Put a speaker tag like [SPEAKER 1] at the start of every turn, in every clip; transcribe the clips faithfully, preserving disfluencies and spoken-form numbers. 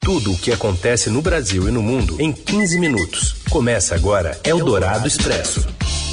[SPEAKER 1] Tudo o que acontece no Brasil e no mundo em quinze minutos. Começa agora Eldorado Expresso.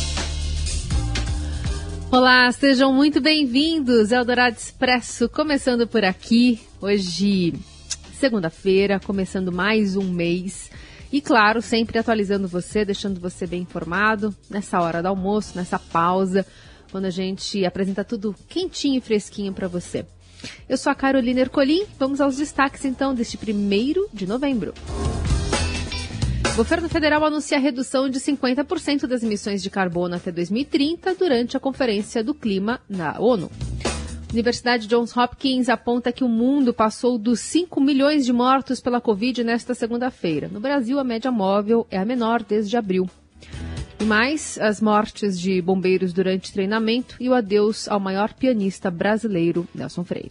[SPEAKER 2] Olá, sejam muito bem-vindos. Eldorado Expresso começando por aqui. Hoje, segunda-feira, começando mais um mês. E claro, sempre atualizando você, deixando você bem informado nessa hora do almoço, nessa pausa, quando a gente apresenta tudo quentinho e fresquinho para você. Eu sou a Carolina Ercolim, vamos aos destaques então deste primeiro de novembro. O governo federal anuncia a redução de cinquenta por cento das emissões de carbono até dois mil e trinta durante a Conferência do Clima na ONU. Universidade Johns Hopkins aponta que o mundo passou dos cinco milhões de mortos pela Covid nesta segunda-feira. No Brasil, a média móvel é a menor desde abril. E mais, as mortes de bombeiros durante treinamento e o adeus ao maior pianista brasileiro, Nelson Freire.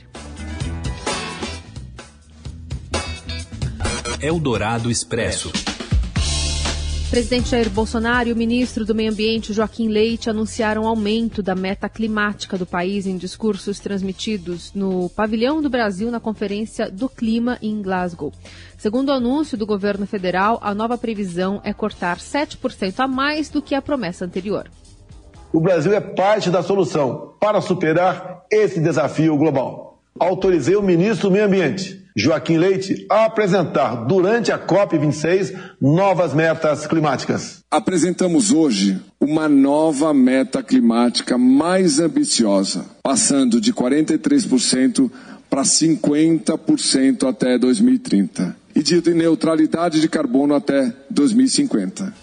[SPEAKER 1] Eldorado Expresso.
[SPEAKER 2] O presidente Jair Bolsonaro e o ministro do Meio Ambiente, Joaquim Leite, anunciaram aumento da meta climática do país em discursos transmitidos no Pavilhão do Brasil na Conferência do Clima em Glasgow. Segundo o anúncio do governo federal, a nova previsão é cortar sete por cento a mais do que a promessa anterior.
[SPEAKER 3] O Brasil é parte da solução para superar esse desafio global. Autorizei o ministro do Meio Ambiente, Joaquim Leite, a apresentar durante a COP vinte e seis novas metas climáticas.
[SPEAKER 4] Apresentamos hoje uma nova meta climática mais ambiciosa, passando de quarenta e três por cento para cinquenta por cento até dois mil e trinta e de neutralidade de carbono até dois mil e cinquenta.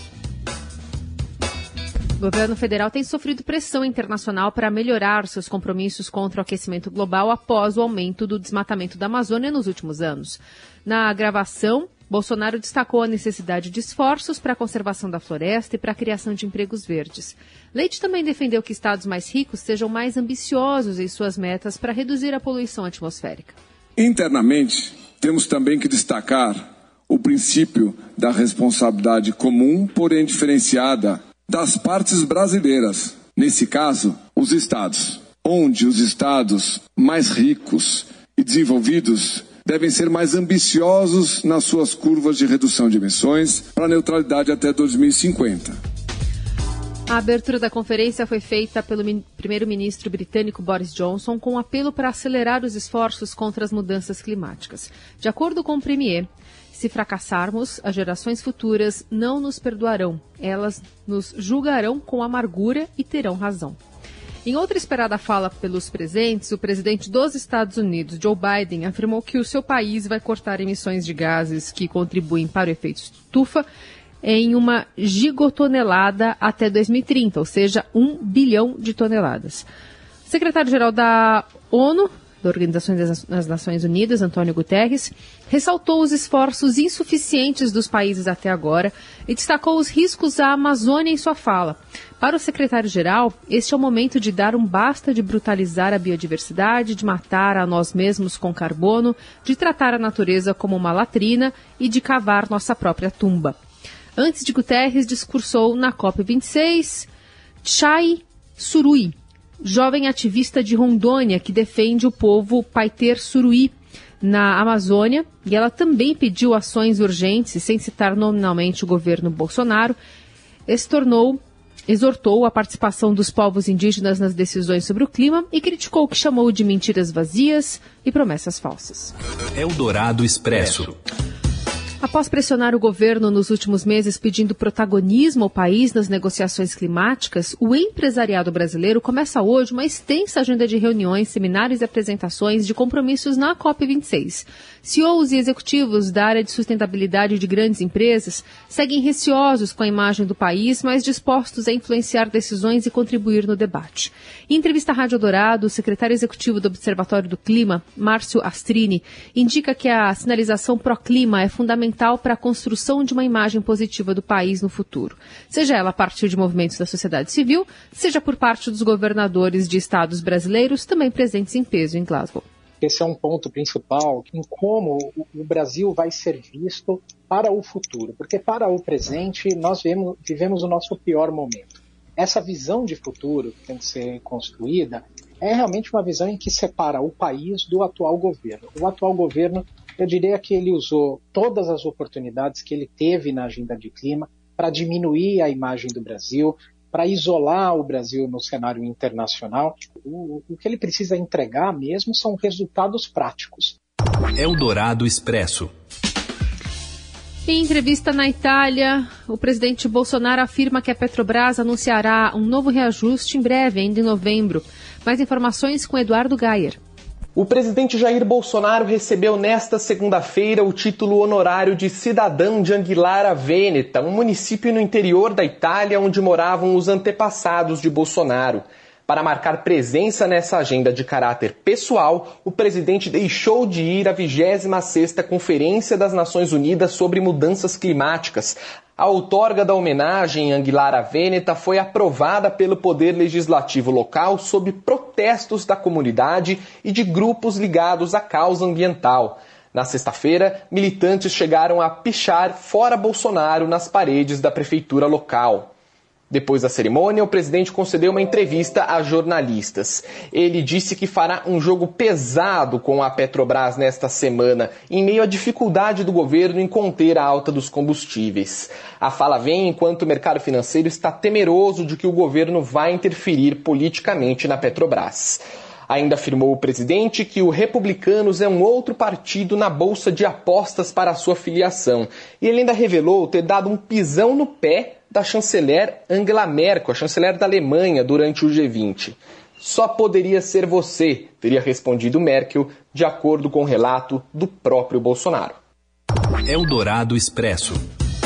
[SPEAKER 2] O governo federal tem sofrido pressão internacional para melhorar seus compromissos contra o aquecimento global após o aumento do desmatamento da Amazônia nos últimos anos. Na gravação, Bolsonaro destacou a necessidade de esforços para a conservação da floresta e para a criação de empregos verdes. Leite também defendeu que estados mais ricos sejam mais ambiciosos em suas metas para reduzir a poluição atmosférica.
[SPEAKER 4] Internamente, temos também que destacar o princípio da responsabilidade comum, porém diferenciada, das partes brasileiras, nesse caso, os estados, onde os estados mais ricos e desenvolvidos devem ser mais ambiciosos nas suas curvas de redução de emissões para a neutralidade até dois mil e cinquenta.
[SPEAKER 2] A abertura da conferência foi feita pelo primeiro-ministro britânico Boris Johnson com um apelo para acelerar os esforços contra as mudanças climáticas. De acordo com o premier, se fracassarmos, as gerações futuras não nos perdoarão. Elas nos julgarão com amargura e terão razão. Em outra esperada fala pelos presentes, o presidente dos Estados Unidos, Joe Biden, afirmou que o seu país vai cortar emissões de gases que contribuem para o efeito estufa em uma gigatonelada até dois mil e trinta, ou seja, um bilhão de toneladas. O secretário-geral da ONU, da Organização das Nações Unidas, Antônio Guterres, ressaltou os esforços insuficientes dos países até agora e destacou os riscos à Amazônia em sua fala. Para o secretário-geral, este é o momento de dar um basta de brutalizar a biodiversidade, de matar a nós mesmos com carbono, de tratar a natureza como uma latrina e de cavar nossa própria tumba. Antes de Guterres, discursou na COP vinte e seis, Chay Surui, jovem ativista de Rondônia que defende o povo Paiter Suruí na Amazônia, e ela também pediu ações urgentes, sem citar nominalmente o governo Bolsonaro, estornou, exortou a participação dos povos indígenas nas decisões sobre o clima e criticou o que chamou de mentiras vazias e promessas falsas.
[SPEAKER 1] Eldorado Expresso.
[SPEAKER 2] Após pressionar o governo nos últimos meses pedindo protagonismo ao país nas negociações climáticas, o empresariado brasileiro começa hoje uma extensa agenda de reuniões, seminários e apresentações de compromissos na COP vinte e seis. C E Os e executivos da área de sustentabilidade de grandes empresas seguem receosos com a imagem do país, mas dispostos a influenciar decisões e contribuir no debate. Em entrevista à Rádio Dourado, o secretário executivo do Observatório do Clima, Márcio Astrini, indica que a sinalização pró-clima é fundamental para a construção de uma imagem positiva do país no futuro, seja ela a partir de movimentos da sociedade civil, seja por parte dos governadores de estados brasileiros também presentes em peso em Glasgow.
[SPEAKER 5] Esse é um ponto principal em como o Brasil vai ser visto para o futuro, porque para o presente nós vivemos, vivemos o nosso pior momento. Essa visão de futuro que tem que ser construída é realmente uma visão em que separa o país do atual governo. O atual governo Eu diria que ele usou todas as oportunidades que ele teve na agenda de clima para diminuir a imagem do Brasil, para isolar o Brasil no cenário internacional. O, o que ele precisa entregar mesmo são resultados práticos.
[SPEAKER 1] Eldorado Expresso.
[SPEAKER 2] Em entrevista na Itália, o presidente Bolsonaro afirma que a Petrobras anunciará um novo reajuste em breve, ainda em novembro. Mais informações com Eduardo Gayer.
[SPEAKER 6] O presidente Jair Bolsonaro recebeu nesta segunda-feira o título honorário de cidadão de Anguillara Veneta, um município no interior da Itália onde moravam os antepassados de Bolsonaro. Para marcar presença nessa agenda de caráter pessoal, o presidente deixou de ir à vigésima sexta Conferência das Nações Unidas sobre Mudanças Climáticas. A outorga da homenagem em Anguillara Veneta foi aprovada pelo Poder Legislativo local sob protestos da comunidade e de grupos ligados à causa ambiental. Na sexta-feira, militantes chegaram a pichar fora Bolsonaro nas paredes da prefeitura local. Depois da cerimônia, o presidente concedeu uma entrevista a jornalistas. Ele disse que fará um jogo pesado com a Petrobras nesta semana, em meio à dificuldade do governo em conter a alta dos combustíveis. A fala vem enquanto o mercado financeiro está temeroso de que o governo vai interferir politicamente na Petrobras. Ainda afirmou o presidente que o Republicanos é um outro partido na bolsa de apostas para a sua filiação. E ele ainda revelou ter dado um pisão no pé da chanceler Angela Merkel, a chanceler da Alemanha, durante o G vinte. Só poderia ser você, teria respondido Merkel, de acordo com o relato do próprio Bolsonaro.
[SPEAKER 1] Eldorado Expresso.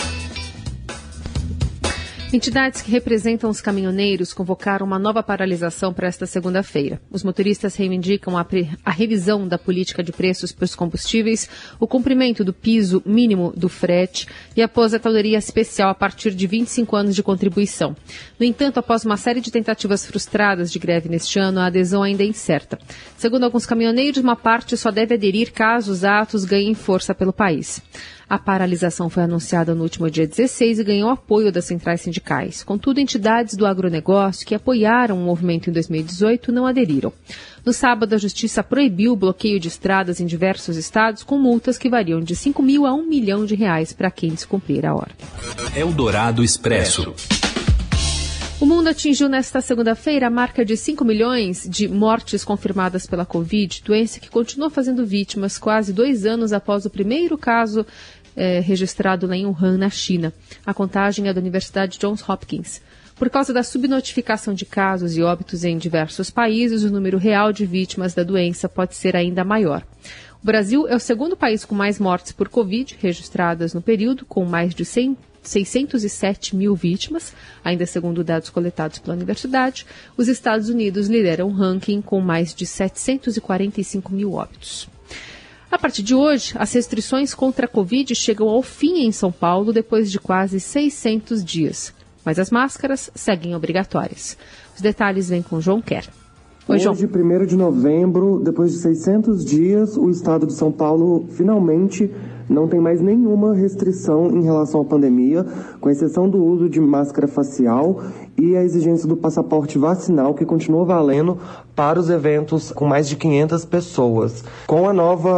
[SPEAKER 2] Entidades que representam os caminhoneiros convocaram uma nova paralisação para esta segunda-feira. Os motoristas reivindicam a, pre... a revisão da política de preços para os combustíveis, o cumprimento do piso mínimo do frete e a aposentadoria especial a partir de vinte e cinco anos de contribuição. No entanto, após uma série de tentativas frustradas de greve neste ano, a adesão ainda é incerta. Segundo alguns caminhoneiros, uma parte só deve aderir caso os atos ganhem força pelo país. A paralisação foi anunciada no último dia dezesseis e ganhou apoio das centrais sindicais. Contudo, entidades do agronegócio que apoiaram o movimento em dois mil e dezoito não aderiram. No sábado, a Justiça proibiu o bloqueio de estradas em diversos estados com multas que variam de cinco mil a um milhão de reais para quem descumprir a ordem.
[SPEAKER 1] Eldorado Expresso.
[SPEAKER 2] O mundo atingiu nesta segunda-feira a marca de cinco milhões de mortes confirmadas pela Covid, doença que continua fazendo vítimas quase dois anos após o primeiro caso eh, registrado lá em Wuhan, na China. A contagem é da Universidade Johns Hopkins. Por causa da subnotificação de casos e óbitos em diversos países, o número real de vítimas da doença pode ser ainda maior. O Brasil é o segundo país com mais mortes por Covid registradas no período, com mais de cem seiscentos e sete mil vítimas, ainda segundo dados coletados pela universidade. Os Estados Unidos lideram o ranking com mais de setecentos e quarenta e cinco mil óbitos. A partir de hoje, as restrições contra a Covid chegam ao fim em São Paulo depois de quase seiscentos dias. Mas as máscaras seguem obrigatórias. Os detalhes vêm com João Kerr. Oi, João.
[SPEAKER 7] Hoje, primeiro de novembro, depois de seiscentos dias, o estado de São Paulo finalmente não tem mais nenhuma restrição em relação à pandemia, com exceção do uso de máscara facial e a exigência do passaporte vacinal, que continua valendo para os eventos com mais de quinhentas pessoas. Com a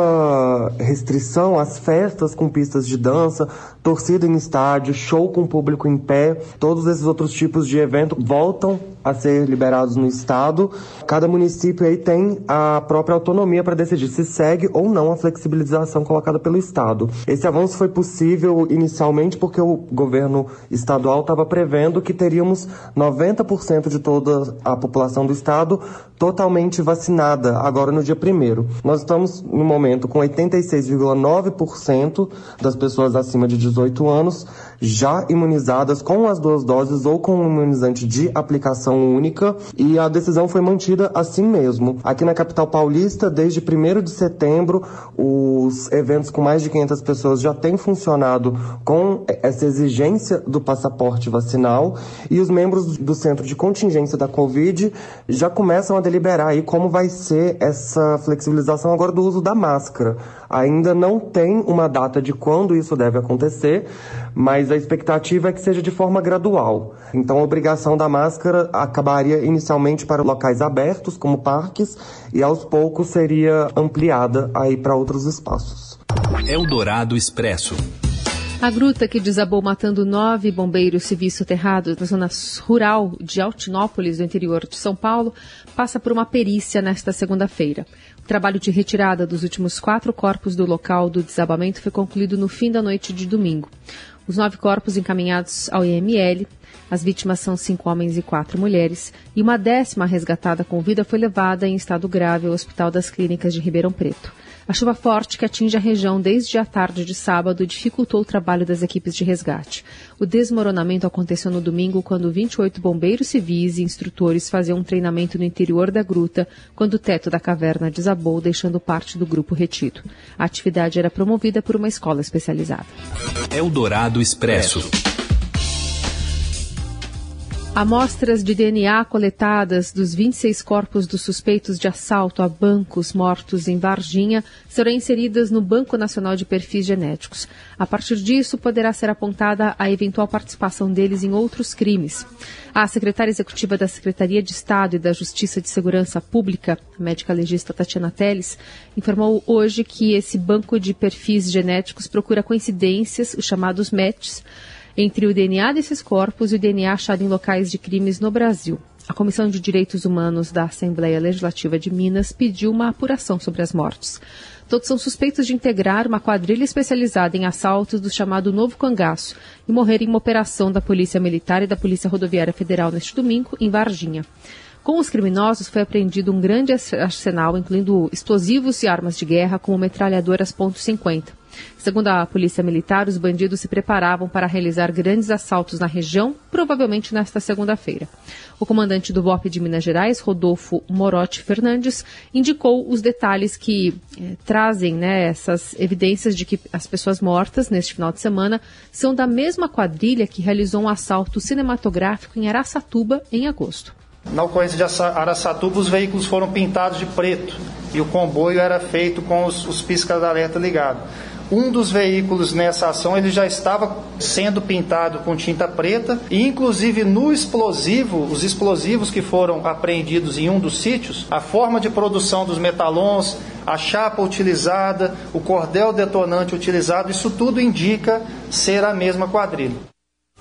[SPEAKER 7] nova restrição, as festas com pistas de dança, torcida em estádio, show com público em pé, todos esses outros tipos de evento voltam a ser liberados no estado. Cada município aí tem a própria autonomia para decidir se segue ou não a flexibilização colocada pelo estado. Esse avanço foi possível inicialmente porque o governo estadual estava prevendo que teríamos noventa por cento de toda a população do estado totalmente vacinada, agora no dia primeiro. Nós estamos no momento com oitenta e seis vírgula nove por cento das pessoas acima de dezoito anos já imunizadas com as duas doses ou com um imunizante de aplicação única, e a decisão foi mantida assim mesmo. Aqui na capital paulista, desde primeiro de setembro, os eventos com mais de quinhentas pessoas já têm funcionado com essa exigência do passaporte vacinal, e os membros do Centro de Contingência da Covid já começam a deliberar aí como vai ser essa flexibilização agora do uso da máscara. Ainda não tem uma data de quando isso deve acontecer, mas a expectativa é que seja de forma gradual. Então a obrigação da máscara acabaria inicialmente para locais abertos, como parques, e aos poucos seria ampliada aí para outros espaços.
[SPEAKER 1] Eldorado Expresso.
[SPEAKER 2] A gruta que desabou matando nove bombeiros civis soterrados na zona rural de Altinópolis, no interior de São Paulo, passa por uma perícia nesta segunda-feira. O trabalho de retirada dos últimos quatro corpos do local do desabamento foi concluído no fim da noite de domingo. Os nove corpos encaminhados ao I M L, as vítimas são cinco homens e quatro mulheres, e uma décima resgatada com vida foi levada em estado grave ao Hospital das Clínicas de Ribeirão Preto. A chuva forte que atinge a região desde a tarde de sábado dificultou o trabalho das equipes de resgate. O desmoronamento aconteceu no domingo quando vinte e oito bombeiros civis e instrutores faziam um treinamento no interior da gruta quando o teto da caverna desabou, deixando parte do grupo retido. A atividade era promovida por uma escola especializada.
[SPEAKER 1] Eldorado Expresso.
[SPEAKER 2] Amostras de D N A coletadas dos vinte e seis corpos dos suspeitos de assalto a bancos mortos em Varginha serão inseridas no Banco Nacional de Perfis Genéticos. A partir disso, poderá ser apontada a eventual participação deles em outros crimes. A secretária executiva da Secretaria de Estado e da Justiça de Segurança Pública, a médica legista Tatiana Teles, informou hoje que esse banco de perfis genéticos procura coincidências, os chamados matches, entre o D N A desses corpos e o D N A achado em locais de crimes no Brasil. A Comissão de Direitos Humanos da Assembleia Legislativa de Minas pediu uma apuração sobre as mortes. Todos são suspeitos de integrar uma quadrilha especializada em assaltos do chamado Novo Cangaço e morrer em uma operação da Polícia Militar e da Polícia Rodoviária Federal neste domingo, em Varginha. Com os criminosos foi apreendido um grande arsenal, incluindo explosivos e armas de guerra, como metralhadoras ponto cinquenta. Segundo a Polícia Militar, os bandidos se preparavam para realizar grandes assaltos na região, provavelmente nesta segunda-feira. O comandante do B O P de Minas Gerais, Rodolfo Morotti Fernandes, indicou os detalhes que eh, trazem né, essas evidências de que as pessoas mortas neste final de semana são da mesma quadrilha que realizou um assalto cinematográfico em Araçatuba em agosto.
[SPEAKER 8] Na ocorrência de Araçatuba, os veículos foram pintados de preto e o comboio era feito com os, os pisca-alerta ligados. Um dos veículos nessa ação ele já estava sendo pintado com tinta preta e inclusive no explosivo, os explosivos que foram apreendidos em um dos sítios, a forma de produção dos metalons, a chapa utilizada, o cordel detonante utilizado, isso tudo indica ser a mesma quadrilha.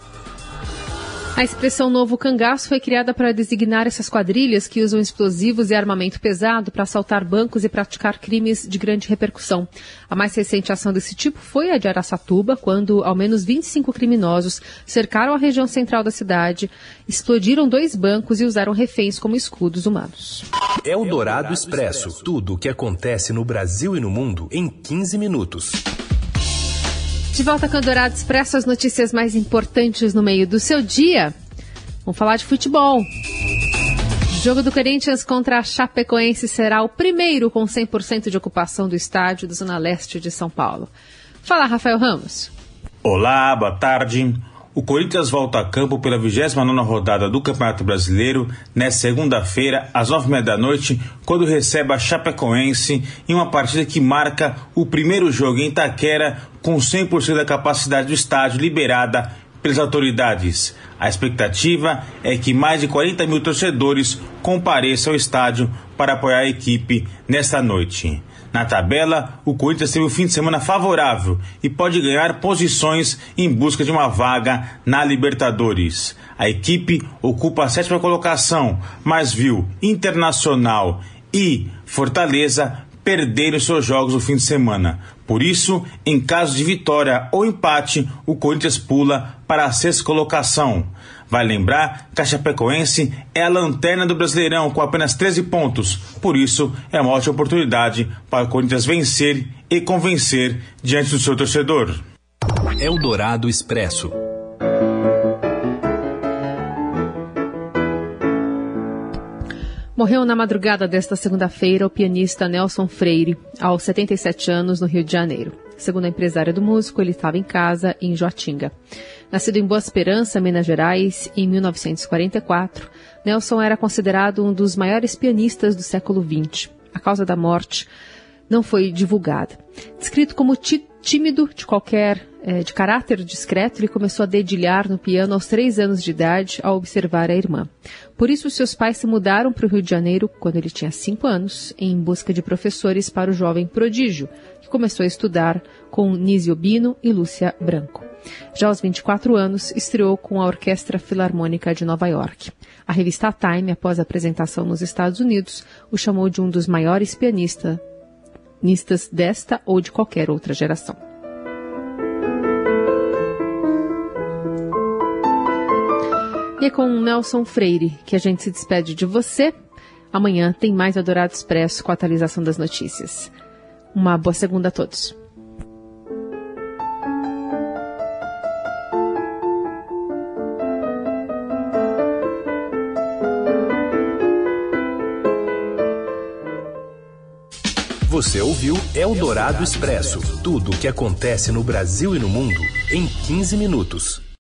[SPEAKER 2] A expressão Novo Cangaço foi criada para designar essas quadrilhas que usam explosivos e armamento pesado para assaltar bancos e praticar crimes de grande repercussão. A mais recente ação desse tipo foi a de Araçatuba, quando ao menos vinte e cinco criminosos cercaram a região central da cidade, explodiram dois bancos e usaram reféns como escudos humanos.
[SPEAKER 1] Eldorado Expresso. Tudo o que acontece no Brasil e no mundo em quinze minutos.
[SPEAKER 2] De volta com o Eldorado Expresso, as notícias mais importantes no meio do seu dia. Vamos falar de futebol. O jogo do Corinthians contra a Chapecoense será o primeiro com cem por cento de ocupação do estádio da Zona Leste de São Paulo. Fala, Rafael Ramos.
[SPEAKER 9] Olá, boa tarde. O Corinthians volta a campo pela vigésima nona rodada do Campeonato Brasileiro nesta segunda-feira, às nove e meia da noite, quando recebe a Chapecoense em uma partida que marca o primeiro jogo em Itaquera com cem por cento da capacidade do estádio liberada pelas autoridades. A expectativa é que mais de quarenta mil torcedores compareçam ao estádio para apoiar a equipe nesta noite. Na tabela, o Corinthians teve um fim de semana favorável e pode ganhar posições em busca de uma vaga na Libertadores. A equipe ocupa a sétima colocação, mas viu Internacional e Fortaleza perderem seus jogos no fim de semana. Por isso, em caso de vitória ou empate, o Corinthians pula para a sexta colocação. Vai lembrar que a Chapecoense é a lanterna do Brasileirão com apenas treze pontos. Por isso, é uma ótima oportunidade para o Corinthians vencer e convencer diante do seu torcedor.
[SPEAKER 1] Eldorado Expresso.
[SPEAKER 2] Morreu na madrugada desta segunda-feira o pianista Nelson Freire, aos setenta e sete anos, no Rio de Janeiro. Segundo a empresária do músico, ele estava em casa, em Joatinga. Nascido em Boa Esperança, Minas Gerais, em mil novecentos e quarenta e quatro, Nelson era considerado um dos maiores pianistas do século vinte. A causa da morte não foi divulgada. Descrito como Tímido, de qualquer, é, de caráter discreto, ele começou a dedilhar no piano aos três anos de idade ao observar a irmã. Por isso, seus pais se mudaram para o Rio de Janeiro quando ele tinha cinco anos, em busca de professores para o jovem prodígio, que começou a estudar com Nísio Bino e Lúcia Branco. Já aos vinte e quatro anos, estreou com a Orquestra Filarmônica de Nova York. A revista Time, após a apresentação nos Estados Unidos, o chamou de um dos maiores pianistas desta ou de qualquer outra geração. E é com Nelson Freire que a gente se despede de você. Amanhã tem mais Eldorado Expresso com a atualização das notícias. Uma boa segunda a todos.
[SPEAKER 1] Você ouviu Eldorado Expresso. Tudo o que acontece no Brasil e no mundo em quinze minutos.